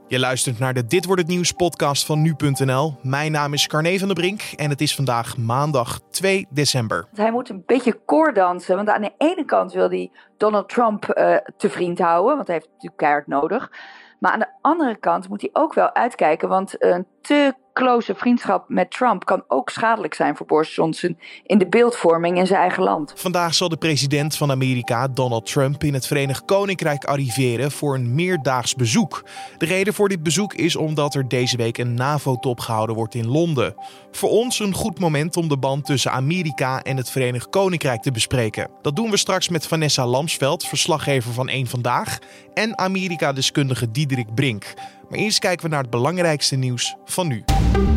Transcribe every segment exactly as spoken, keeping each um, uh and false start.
Je luistert naar de Dit Wordt Het Nieuws podcast van nu punt n l. Mijn naam is Carne van der Brink en het is vandaag maandag twee december. Hij moet een beetje koordansen, want aan de ene kant wil hij Donald Trump uh, te vriend houden, want hij heeft natuurlijk keihard nodig. Maar aan de andere kant moet hij ook wel uitkijken, want een te close vriendschap met Trump kan ook schadelijk zijn voor Boris Johnson in de beeldvorming in zijn eigen land. Vandaag zal de president van Amerika, Donald Trump, in het Verenigd Koninkrijk arriveren voor een meerdaags bezoek. De reden voor dit bezoek is omdat er deze week een NAVO-top gehouden wordt in Londen. Voor ons een goed moment om de band tussen Amerika en het Verenigd Koninkrijk te bespreken. Dat doen we straks met Vanessa Lamsveld, verslaggever van Eén Vandaag, en Amerika-deskundige Diederik Brink. Maar eerst kijken we naar het belangrijkste nieuws van nu.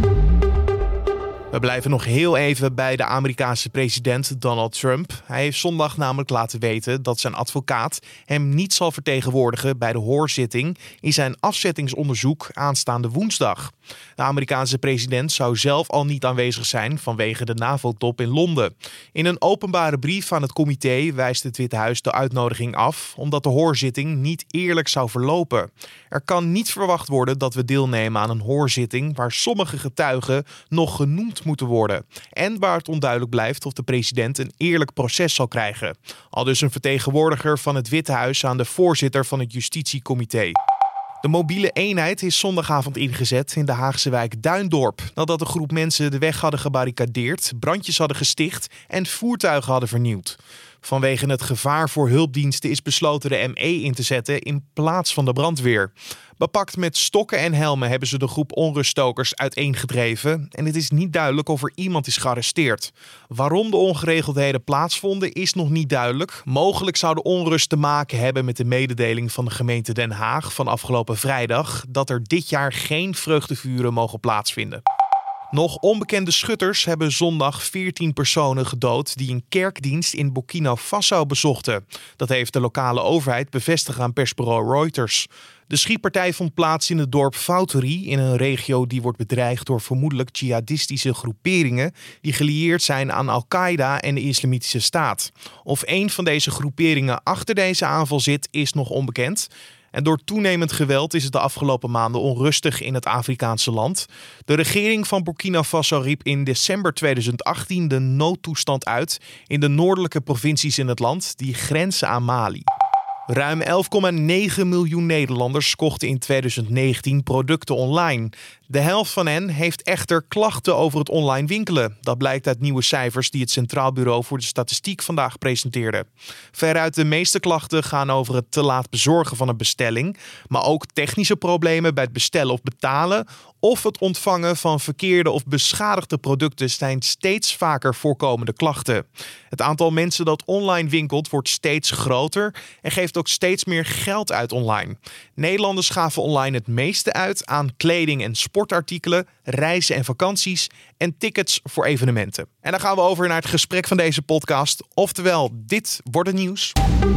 We blijven nog heel even bij de Amerikaanse president Donald Trump. Hij heeft zondag namelijk laten weten dat zijn advocaat hem niet zal vertegenwoordigen bij de hoorzitting in zijn afzettingsonderzoek aanstaande woensdag. De Amerikaanse president zou zelf al niet aanwezig zijn vanwege de NAVO-top in Londen. In een openbare brief aan het comité wijst het Witte Huis de uitnodiging af omdat de hoorzitting niet eerlijk zou verlopen. Er kan niet verwacht worden dat we deelnemen aan een hoorzitting waar sommige getuigen nog genoemd moeten worden en waar het onduidelijk blijft of de president een eerlijk proces zal krijgen. Aldus een vertegenwoordiger van het Witte Huis aan de voorzitter van het justitiecomité. De mobiele eenheid is zondagavond ingezet in de Haagse wijk Duindorp, nadat een groep mensen de weg hadden gebarricadeerd, brandjes hadden gesticht en voertuigen hadden vernield. Vanwege het gevaar voor hulpdiensten is besloten de M E in te zetten in plaats van de brandweer. Bepakt met stokken en helmen hebben ze de groep onruststokers uiteengedreven en het is niet duidelijk of er iemand is gearresteerd. Waarom de ongeregeldheden plaatsvonden is nog niet duidelijk. Mogelijk zou de onrust te maken hebben met de mededeling van de gemeente Den Haag van afgelopen vrijdag dat er dit jaar geen vreugdevuren mogen plaatsvinden. Nog onbekende schutters hebben zondag veertien personen gedood die een kerkdienst in Burkina Faso bezochten. Dat heeft de lokale overheid bevestigd aan persbureau Reuters. De schietpartij vond plaats in het dorp Fouterie, in een regio die wordt bedreigd door vermoedelijk jihadistische groeperingen die gelieerd zijn aan Al-Qaeda en de Islamitische Staat. Of een van deze groeperingen achter deze aanval zit, is nog onbekend. En door toenemend geweld is het de afgelopen maanden onrustig in het Afrikaanse land. De regering van Burkina Faso riep in december tweeduizend achttien de noodtoestand uit in de noordelijke provincies in het land die grenzen aan Mali. Ruim elf komma negen miljoen Nederlanders kochten in tweeduizend negentien producten online. De helft van hen heeft echter klachten over het online winkelen. Dat blijkt uit nieuwe cijfers die het Centraal Bureau voor de Statistiek vandaag presenteerde. Veruit de meeste klachten gaan over het te laat bezorgen van een bestelling, maar ook technische problemen bij het bestellen of betalen of het ontvangen van verkeerde of beschadigde producten zijn steeds vaker voorkomende klachten. Het aantal mensen dat online winkelt wordt steeds groter en geeft ook steeds meer geld uit online. Nederlanders gaven online het meeste uit aan kleding en sportartikelen, reizen en vakanties en tickets voor evenementen. En dan gaan we over naar het gesprek van deze podcast, oftewel Dit Wordt Het Nieuws.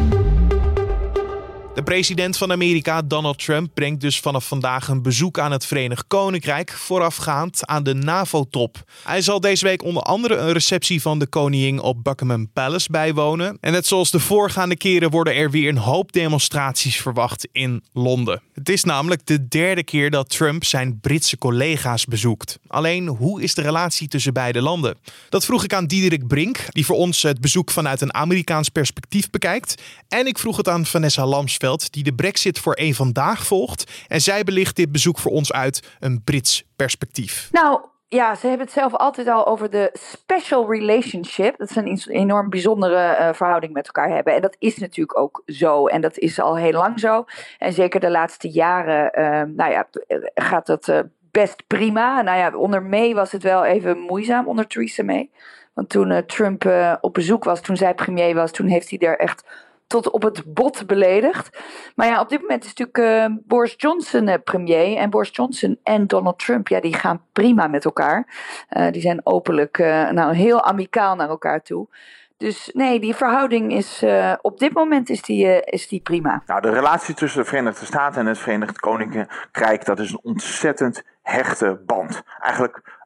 De president van Amerika, Donald Trump, brengt dus vanaf vandaag een bezoek aan het Verenigd Koninkrijk, voorafgaand aan de NAVO-top. Hij zal deze week onder andere een receptie van de koningin op Buckingham Palace bijwonen. En net zoals de voorgaande keren worden er weer een hoop demonstraties verwacht in Londen. Het is namelijk de derde keer dat Trump zijn Britse collega's bezoekt. Alleen, hoe is de relatie tussen beide landen? Dat vroeg ik aan Diederik Brink, die voor ons het bezoek vanuit een Amerikaans perspectief bekijkt. En ik vroeg het aan Vanessa Lamsveld, die de Brexit voor Eén Vandaag volgt. En zij belicht dit bezoek voor ons uit een Brits perspectief. Nou ja, ze hebben het zelf altijd al over de special relationship. Dat ze een enorm bijzondere uh, verhouding met elkaar hebben. En dat is natuurlijk ook zo. En dat is al heel lang zo. En zeker de laatste jaren uh, nou ja, gaat dat uh, best prima. Nou ja, onder May was het wel even moeizaam, onder Theresa May. Want toen uh, Trump uh, op bezoek was, toen zij premier was, toen heeft hij er echt tot op het bot beledigd. Maar ja, op dit moment is natuurlijk uh, Boris Johnson uh, premier. En Boris Johnson en Donald Trump, ja, die gaan prima met elkaar. Uh, die zijn openlijk uh, nou, heel amicaal naar elkaar toe. Dus nee, die verhouding is uh, op dit moment is die, uh, is die prima. Nou, de relatie tussen de Verenigde Staten en het Verenigd Koninkrijk, dat is een ontzettend hechte band. Eigenlijk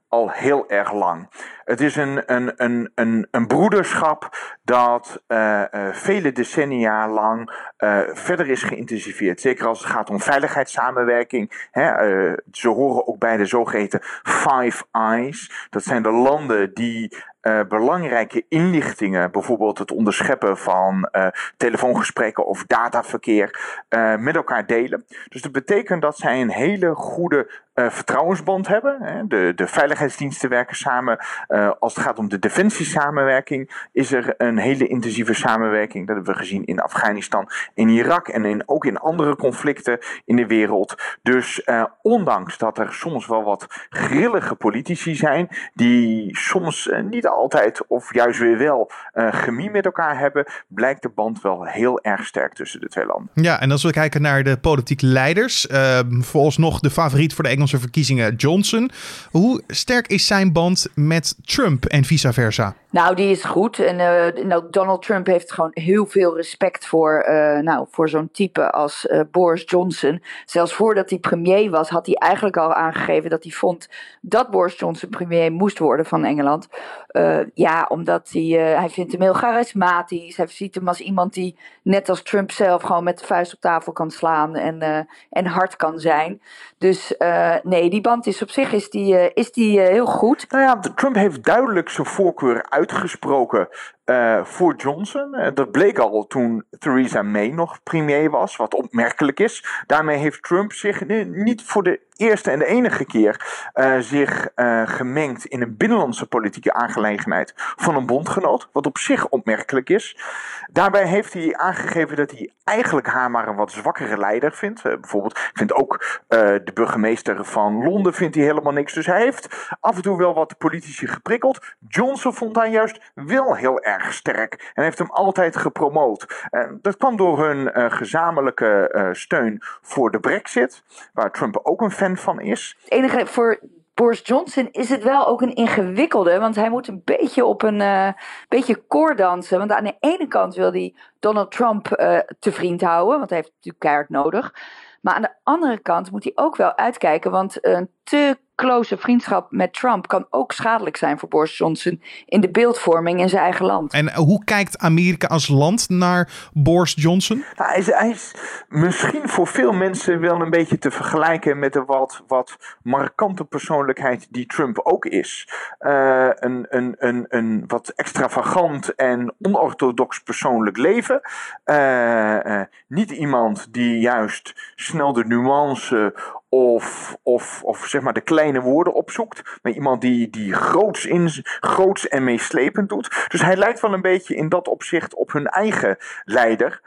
al heel erg lang. Het is een, een, een, een, een broederschap dat uh, uh, vele decennia lang uh, verder is geïntensiveerd. Zeker als het gaat om veiligheidssamenwerking. Hè, uh, ze horen ook bij de zogeheten Five Eyes. Dat zijn de landen die Uh, belangrijke inlichtingen, bijvoorbeeld het onderscheppen van uh, telefoongesprekken of dataverkeer, uh, met elkaar delen. Dus dat betekent dat zij een hele goede uh, vertrouwensband hebben. Hè. De, de veiligheidsdiensten werken samen. Uh, als het gaat om de defensiesamenwerking is er een hele intensieve samenwerking. Dat hebben we gezien in Afghanistan, in Irak en in, ook in andere conflicten in de wereld. Dus uh, ondanks dat er soms wel wat grillige politici zijn, die soms uh, niet altijd of juist weer wel uh, chemie met elkaar hebben, blijkt de band wel heel erg sterk tussen de twee landen. Ja, en als we kijken naar de politieke leiders, uh, vooralsnog de favoriet voor de Engelse verkiezingen, Johnson. Hoe sterk is zijn band met Trump en vice versa? Nou, die is goed. En uh, nou, Donald Trump heeft gewoon heel veel respect voor, uh, nou, voor zo'n type als uh, Boris Johnson. Zelfs voordat hij premier was, had hij eigenlijk al aangegeven dat hij vond dat Boris Johnson premier moest worden van Engeland. Uh, ja, omdat hij, uh, hij vindt hem heel charismatisch. Hij ziet hem als iemand die, net als Trump zelf, gewoon met de vuist op tafel kan slaan en, uh, en hard kan zijn. Dus uh, nee, die band is op zich is die, uh, is die uh, heel goed. Nou ja, Trump heeft duidelijk zijn voorkeur uitgesproken uh, voor Johnson. Uh, dat bleek al toen Theresa May nog premier was, wat opmerkelijk is. Daarmee heeft Trump zich niet voor de eerste en de enige keer uh, zich uh, gemengd in een binnenlandse politieke aangelegenheid van een bondgenoot, wat op zich opmerkelijk is. Daarbij heeft hij aangegeven dat hij eigenlijk haar maar een wat zwakkere leider vindt. Uh, bijvoorbeeld vindt ook uh, de burgemeester van Londen vindt hij helemaal niks. Dus hij heeft af en toe wel wat politici geprikkeld. Johnson vond hij juist wel heel erg sterk en heeft hem altijd gepromoot. Uh, dat kwam door hun uh, gezamenlijke uh, steun voor de Brexit, waar Trump ook een fan van is. Het enige voor Boris Johnson is het wel ook een ingewikkelde, want hij moet een beetje op een uh, beetje koor dansen. Want aan de ene kant wil hij Donald Trump uh, te vriend houden, want hij heeft natuurlijk keihard nodig. Maar aan de andere kant moet hij ook wel uitkijken, want een te close vriendschap met Trump kan ook schadelijk zijn voor Boris Johnson in de beeldvorming in zijn eigen land. En hoe kijkt Amerika als land naar Boris Johnson? Nou, hij, is, hij is misschien voor veel mensen wel een beetje te vergelijken met de wat, wat markante persoonlijkheid die Trump ook is. Uh, een, een, een, een wat extravagant en onorthodox persoonlijk leven. Uh, uh, niet iemand die juist snel de nuance Of, of, of zeg maar de kleine woorden opzoekt. Maar iemand die, die groots, in, groots en meeslepend doet. Dus hij lijkt wel een beetje in dat opzicht op hun eigen leider.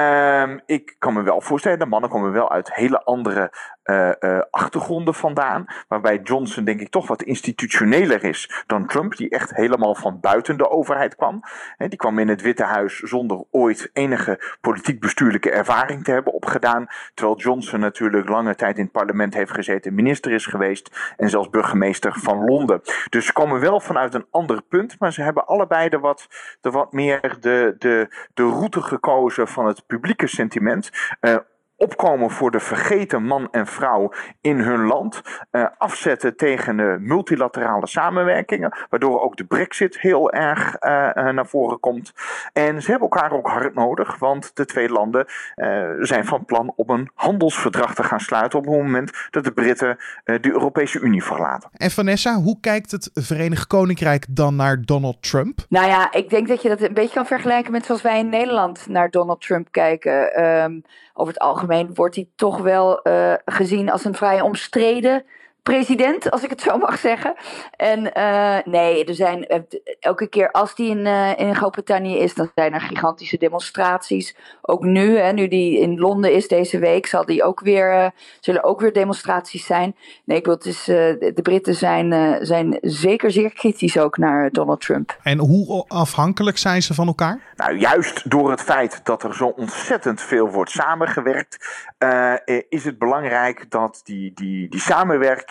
Um, ik kan me wel voorstellen, de mannen komen wel uit hele andere uh, uh, achtergronden vandaan. Waarbij Johnson denk ik toch wat institutioneler is dan Trump. Die echt helemaal van buiten de overheid kwam. He, die kwam in het Witte Huis zonder ooit enige politiek-bestuurlijke ervaring te hebben opgedaan. Terwijl Johnson natuurlijk lange tijd in het parlement heeft gezeten, minister is geweest en zelfs burgemeester van Londen. Dus ze komen wel vanuit een ander punt, maar ze hebben allebei de wat, de wat meer de, de, de route gekozen van het publieke sentiment. Uh, opkomen voor de vergeten man en vrouw in hun land, uh, afzetten tegen de multilaterale samenwerkingen, waardoor ook de Brexit heel erg uh, uh, naar voren komt. En ze hebben elkaar ook hard nodig, want de twee landen uh, zijn van plan om een handelsverdrag te gaan sluiten op het moment dat de Britten uh, de Europese Unie verlaten. En Vanessa, hoe kijkt het Verenigd Koninkrijk dan naar Donald Trump? Nou ja, ik denk dat je dat een beetje kan vergelijken met zoals wij in Nederland naar Donald Trump kijken. Um, over het algemeen wordt hij toch wel uh, gezien als een vrij omstreden president, als ik het zo mag zeggen. En uh, nee, er zijn uh, elke keer als die in, uh, in Groot-Brittannië is, dan zijn er gigantische demonstraties. Ook nu, hè, nu die in Londen is deze week, zal die ook weer, uh, zullen ook weer demonstraties zijn. Nee, ik wil, het is, uh, de Britten zijn, uh, zijn zeker zeer kritisch ook naar Donald Trump. En hoe afhankelijk zijn ze van elkaar? Nou, juist door het feit dat er zo ontzettend veel wordt samengewerkt, uh, is het belangrijk dat die, die, die samenwerking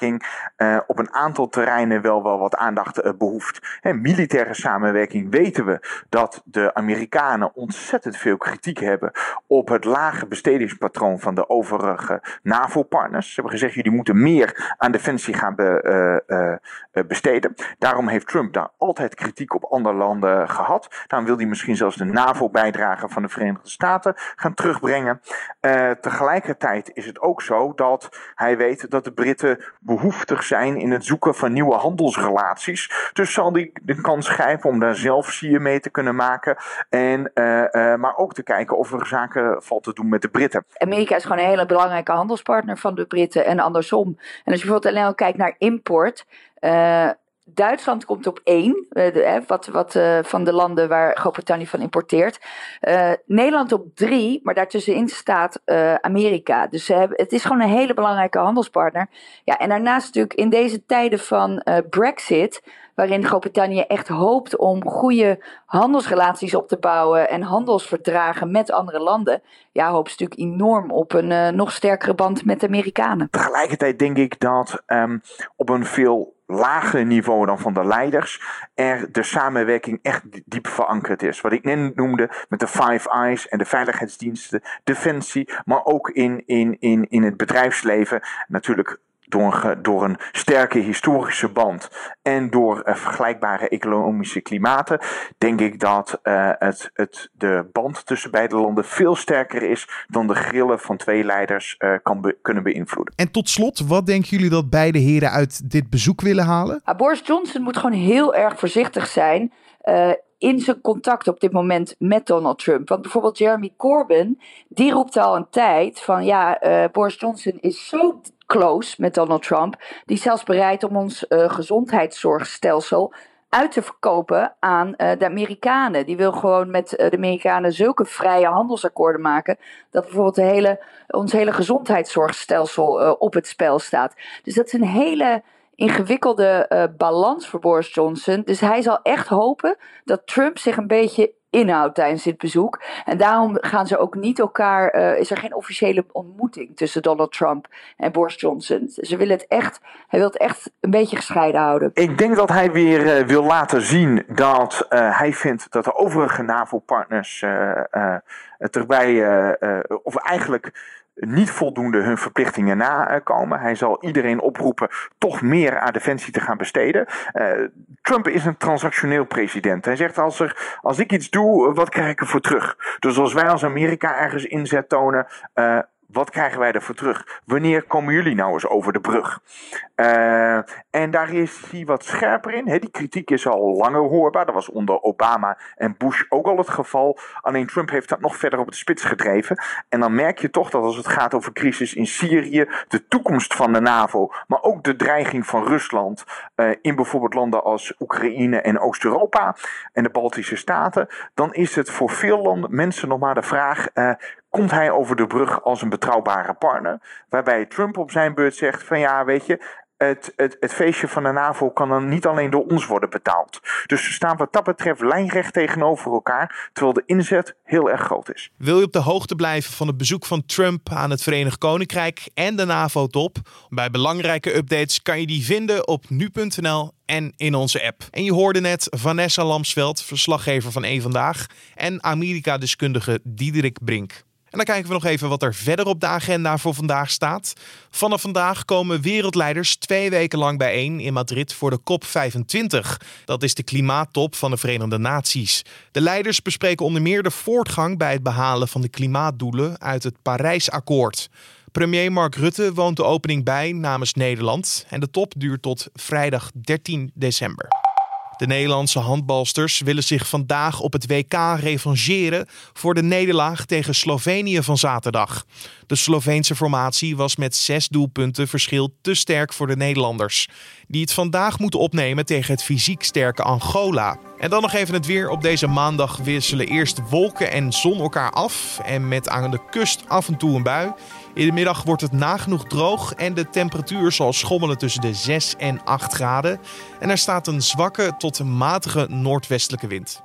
samenwerking uh, op een aantal terreinen wel, wel wat aandacht uh, behoeft. He, militaire samenwerking weten we dat de Amerikanen ontzettend veel kritiek hebben op het lage bestedingspatroon van de overige NAVO-partners. Ze hebben gezegd, jullie moeten meer aan defensie gaan be, uh, uh, besteden. Daarom heeft Trump daar altijd kritiek op andere landen gehad. Daarom wil hij misschien zelfs de NAVO-bijdrage van de Verenigde Staten gaan terugbrengen. Uh, tegelijkertijd is het ook zo dat hij weet dat de Britten behoeftig zijn in het zoeken van nieuwe handelsrelaties. Dus zal hij de kans grijpen om daar zelf sier mee te kunnen maken. En, uh, uh, maar ook te kijken of er zaken valt te doen met de Britten. Amerika is gewoon een hele belangrijke handelspartner van de Britten en andersom. En als je bijvoorbeeld alleen al kijkt naar import. Uh, Duitsland komt op één, uh, de, wat, wat uh, van de landen waar Groot-Brittannië van importeert. Uh, Nederland op drie, maar daartussenin staat uh, Amerika. Dus uh, het is gewoon een hele belangrijke handelspartner. Ja, en daarnaast natuurlijk in deze tijden van uh, Brexit, waarin Groot-Brittannië echt hoopt om goede handelsrelaties op te bouwen en handelsverdragen met andere landen, ja, hoopt ze natuurlijk enorm op een uh, nog sterkere band met de Amerikanen. Tegelijkertijd denk ik dat um, op een veel lager niveau dan van de leiders er de samenwerking echt diep verankerd is. Wat ik net noemde met de Five Eyes en de veiligheidsdiensten, defensie, maar ook in, in, in, in het bedrijfsleven natuurlijk. Door een, door een sterke historische band en door uh, vergelijkbare economische klimaten, denk ik dat uh, het, het, de band tussen beide landen veel sterker is dan de grillen van twee leiders uh, kan be- kunnen beïnvloeden. En tot slot, wat denken jullie dat beide heren uit dit bezoek willen halen? Uh, Boris Johnson moet gewoon heel erg voorzichtig zijn Uh, in zijn contact op dit moment met Donald Trump. Want bijvoorbeeld Jeremy Corbyn, die roept al een tijd van ja, uh, Boris Johnson is zo close met Donald Trump, die is zelfs bereid om ons uh, gezondheidszorgstelsel uit te verkopen aan uh, de Amerikanen. Die wil gewoon met uh, de Amerikanen zulke vrije handelsakkoorden maken, dat bijvoorbeeld de hele, ons hele gezondheidszorgstelsel uh, op het spel staat. Dus dat is een hele ingewikkelde uh, balans voor Boris Johnson. Dus hij zal echt hopen dat Trump zich een beetje inhoudt tijdens dit bezoek. En daarom gaan ze ook niet elkaar, uh, is er geen officiële ontmoeting tussen Donald Trump en Boris Johnson. Ze willen het echt, hij wil het echt een beetje gescheiden houden. Ik denk dat hij weer uh, wil laten zien dat uh, hij vindt dat de overige NAVO-partners uh, uh, het erbij, uh, uh, of eigenlijk niet voldoende hun verplichtingen nakomen. Hij zal iedereen oproepen toch meer aan defensie te gaan besteden. Uh, Trump is een transactioneel president. Hij zegt als, er, als ik iets doe, wat krijg ik ervoor terug? Dus als wij als Amerika ergens inzet tonen, Uh, wat krijgen wij ervoor terug? Wanneer komen jullie nou eens over de brug? Uh, en daar is hij wat scherper in. He, die kritiek is al langer hoorbaar. Dat was onder Obama en Bush ook al het geval. Alleen Trump heeft dat nog verder op de spits gedreven. En dan merk je toch dat als het gaat over crisis in Syrië, de toekomst van de NAVO, maar ook de dreiging van Rusland uh, in bijvoorbeeld landen als Oekraïne en Oost-Europa en de Baltische Staten, dan is het voor veel landen, mensen nog maar de vraag, Uh, komt hij over de brug als een betrouwbare partner? Waarbij Trump op zijn beurt zegt van ja, weet je, het, het, het feestje van de NAVO kan dan niet alleen door ons worden betaald. Dus ze staan wat dat betreft lijnrecht tegenover elkaar, terwijl de inzet heel erg groot is. Wil je op de hoogte blijven van het bezoek van Trump aan het Verenigd Koninkrijk en de NAVO-top? Bij belangrijke updates kan je die vinden op nu punt n l en in onze app. En je hoorde net Vanessa Lamsveld, verslaggever van Eén Vandaag, en Amerika-deskundige Diederik Brink. En dan kijken we nog even wat er verder op de agenda voor vandaag staat. Vanaf vandaag komen wereldleiders twee weken lang bijeen in Madrid voor de C O P vijfentwintig. Dat is de klimaattop van de Verenigde Naties. De leiders bespreken onder meer de voortgang bij het behalen van de klimaatdoelen uit het Parijsakkoord. Premier Mark Rutte woont de opening bij namens Nederland en de top duurt tot vrijdag dertien december. De Nederlandse handbalsters willen zich vandaag op het W K revancheren voor de nederlaag tegen Slovenië van zaterdag. De Sloveense formatie was met zes doelpunten verschil te sterk voor de Nederlanders, die het vandaag moeten opnemen tegen het fysiek sterke Angola. En dan nog even het weer. Op deze maandag wisselen eerst wolken en zon elkaar af en met aan de kust af en toe een bui. In de middag wordt het nagenoeg droog en de temperatuur zal schommelen tussen de zes en acht graden. En er staat een zwakke tot matige noordwestelijke wind.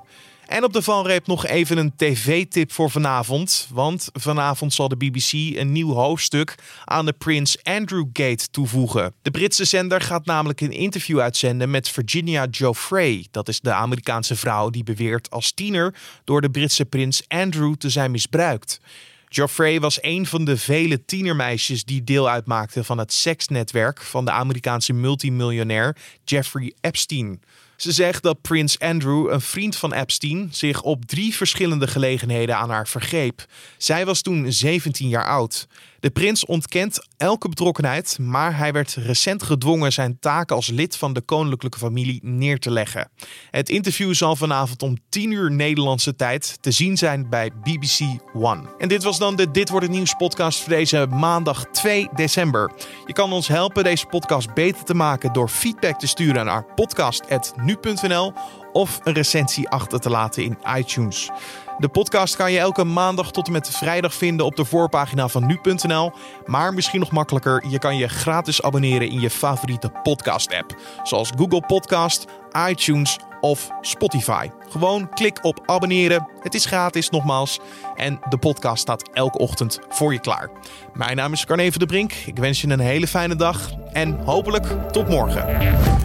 En op de valreep nog even een tv-tip voor vanavond. Want vanavond zal de B B C een nieuw hoofdstuk aan de Prins Andrew Gate toevoegen. De Britse zender gaat namelijk een interview uitzenden met Virginia Giuffre. Dat is de Amerikaanse vrouw die beweert als tiener door de Britse prins Andrew te zijn misbruikt. Giuffre was een van de vele tienermeisjes die deel uitmaakten van het seksnetwerk van de Amerikaanse multimiljonair Jeffrey Epstein. Ze zegt dat prins Andrew, een vriend van Epstein, zich op drie verschillende gelegenheden aan haar vergreep. Zij was toen zeventien jaar oud. De prins ontkent elke betrokkenheid, maar hij werd recent gedwongen zijn taken als lid van de koninklijke familie neer te leggen. Het interview zal vanavond om tien uur Nederlandse tijd te zien zijn bij B B C One. En dit was dan de Dit Wordt Het Nieuws podcast voor deze maandag twee december. Je kan ons helpen deze podcast beter te maken door feedback te sturen naar podcast punt nu punt n l of een recensie achter te laten in iTunes. De podcast kan je elke maandag tot en met vrijdag vinden op de voorpagina van nu punt n l. Maar misschien nog makkelijker, je kan je gratis abonneren in je favoriete podcast-app. Zoals Google Podcast, iTunes of Spotify. Gewoon klik op abonneren. Het is gratis nogmaals. En de podcast staat elke ochtend voor je klaar. Mijn naam is Carne van der Brink. Ik wens je een hele fijne dag. En hopelijk tot morgen.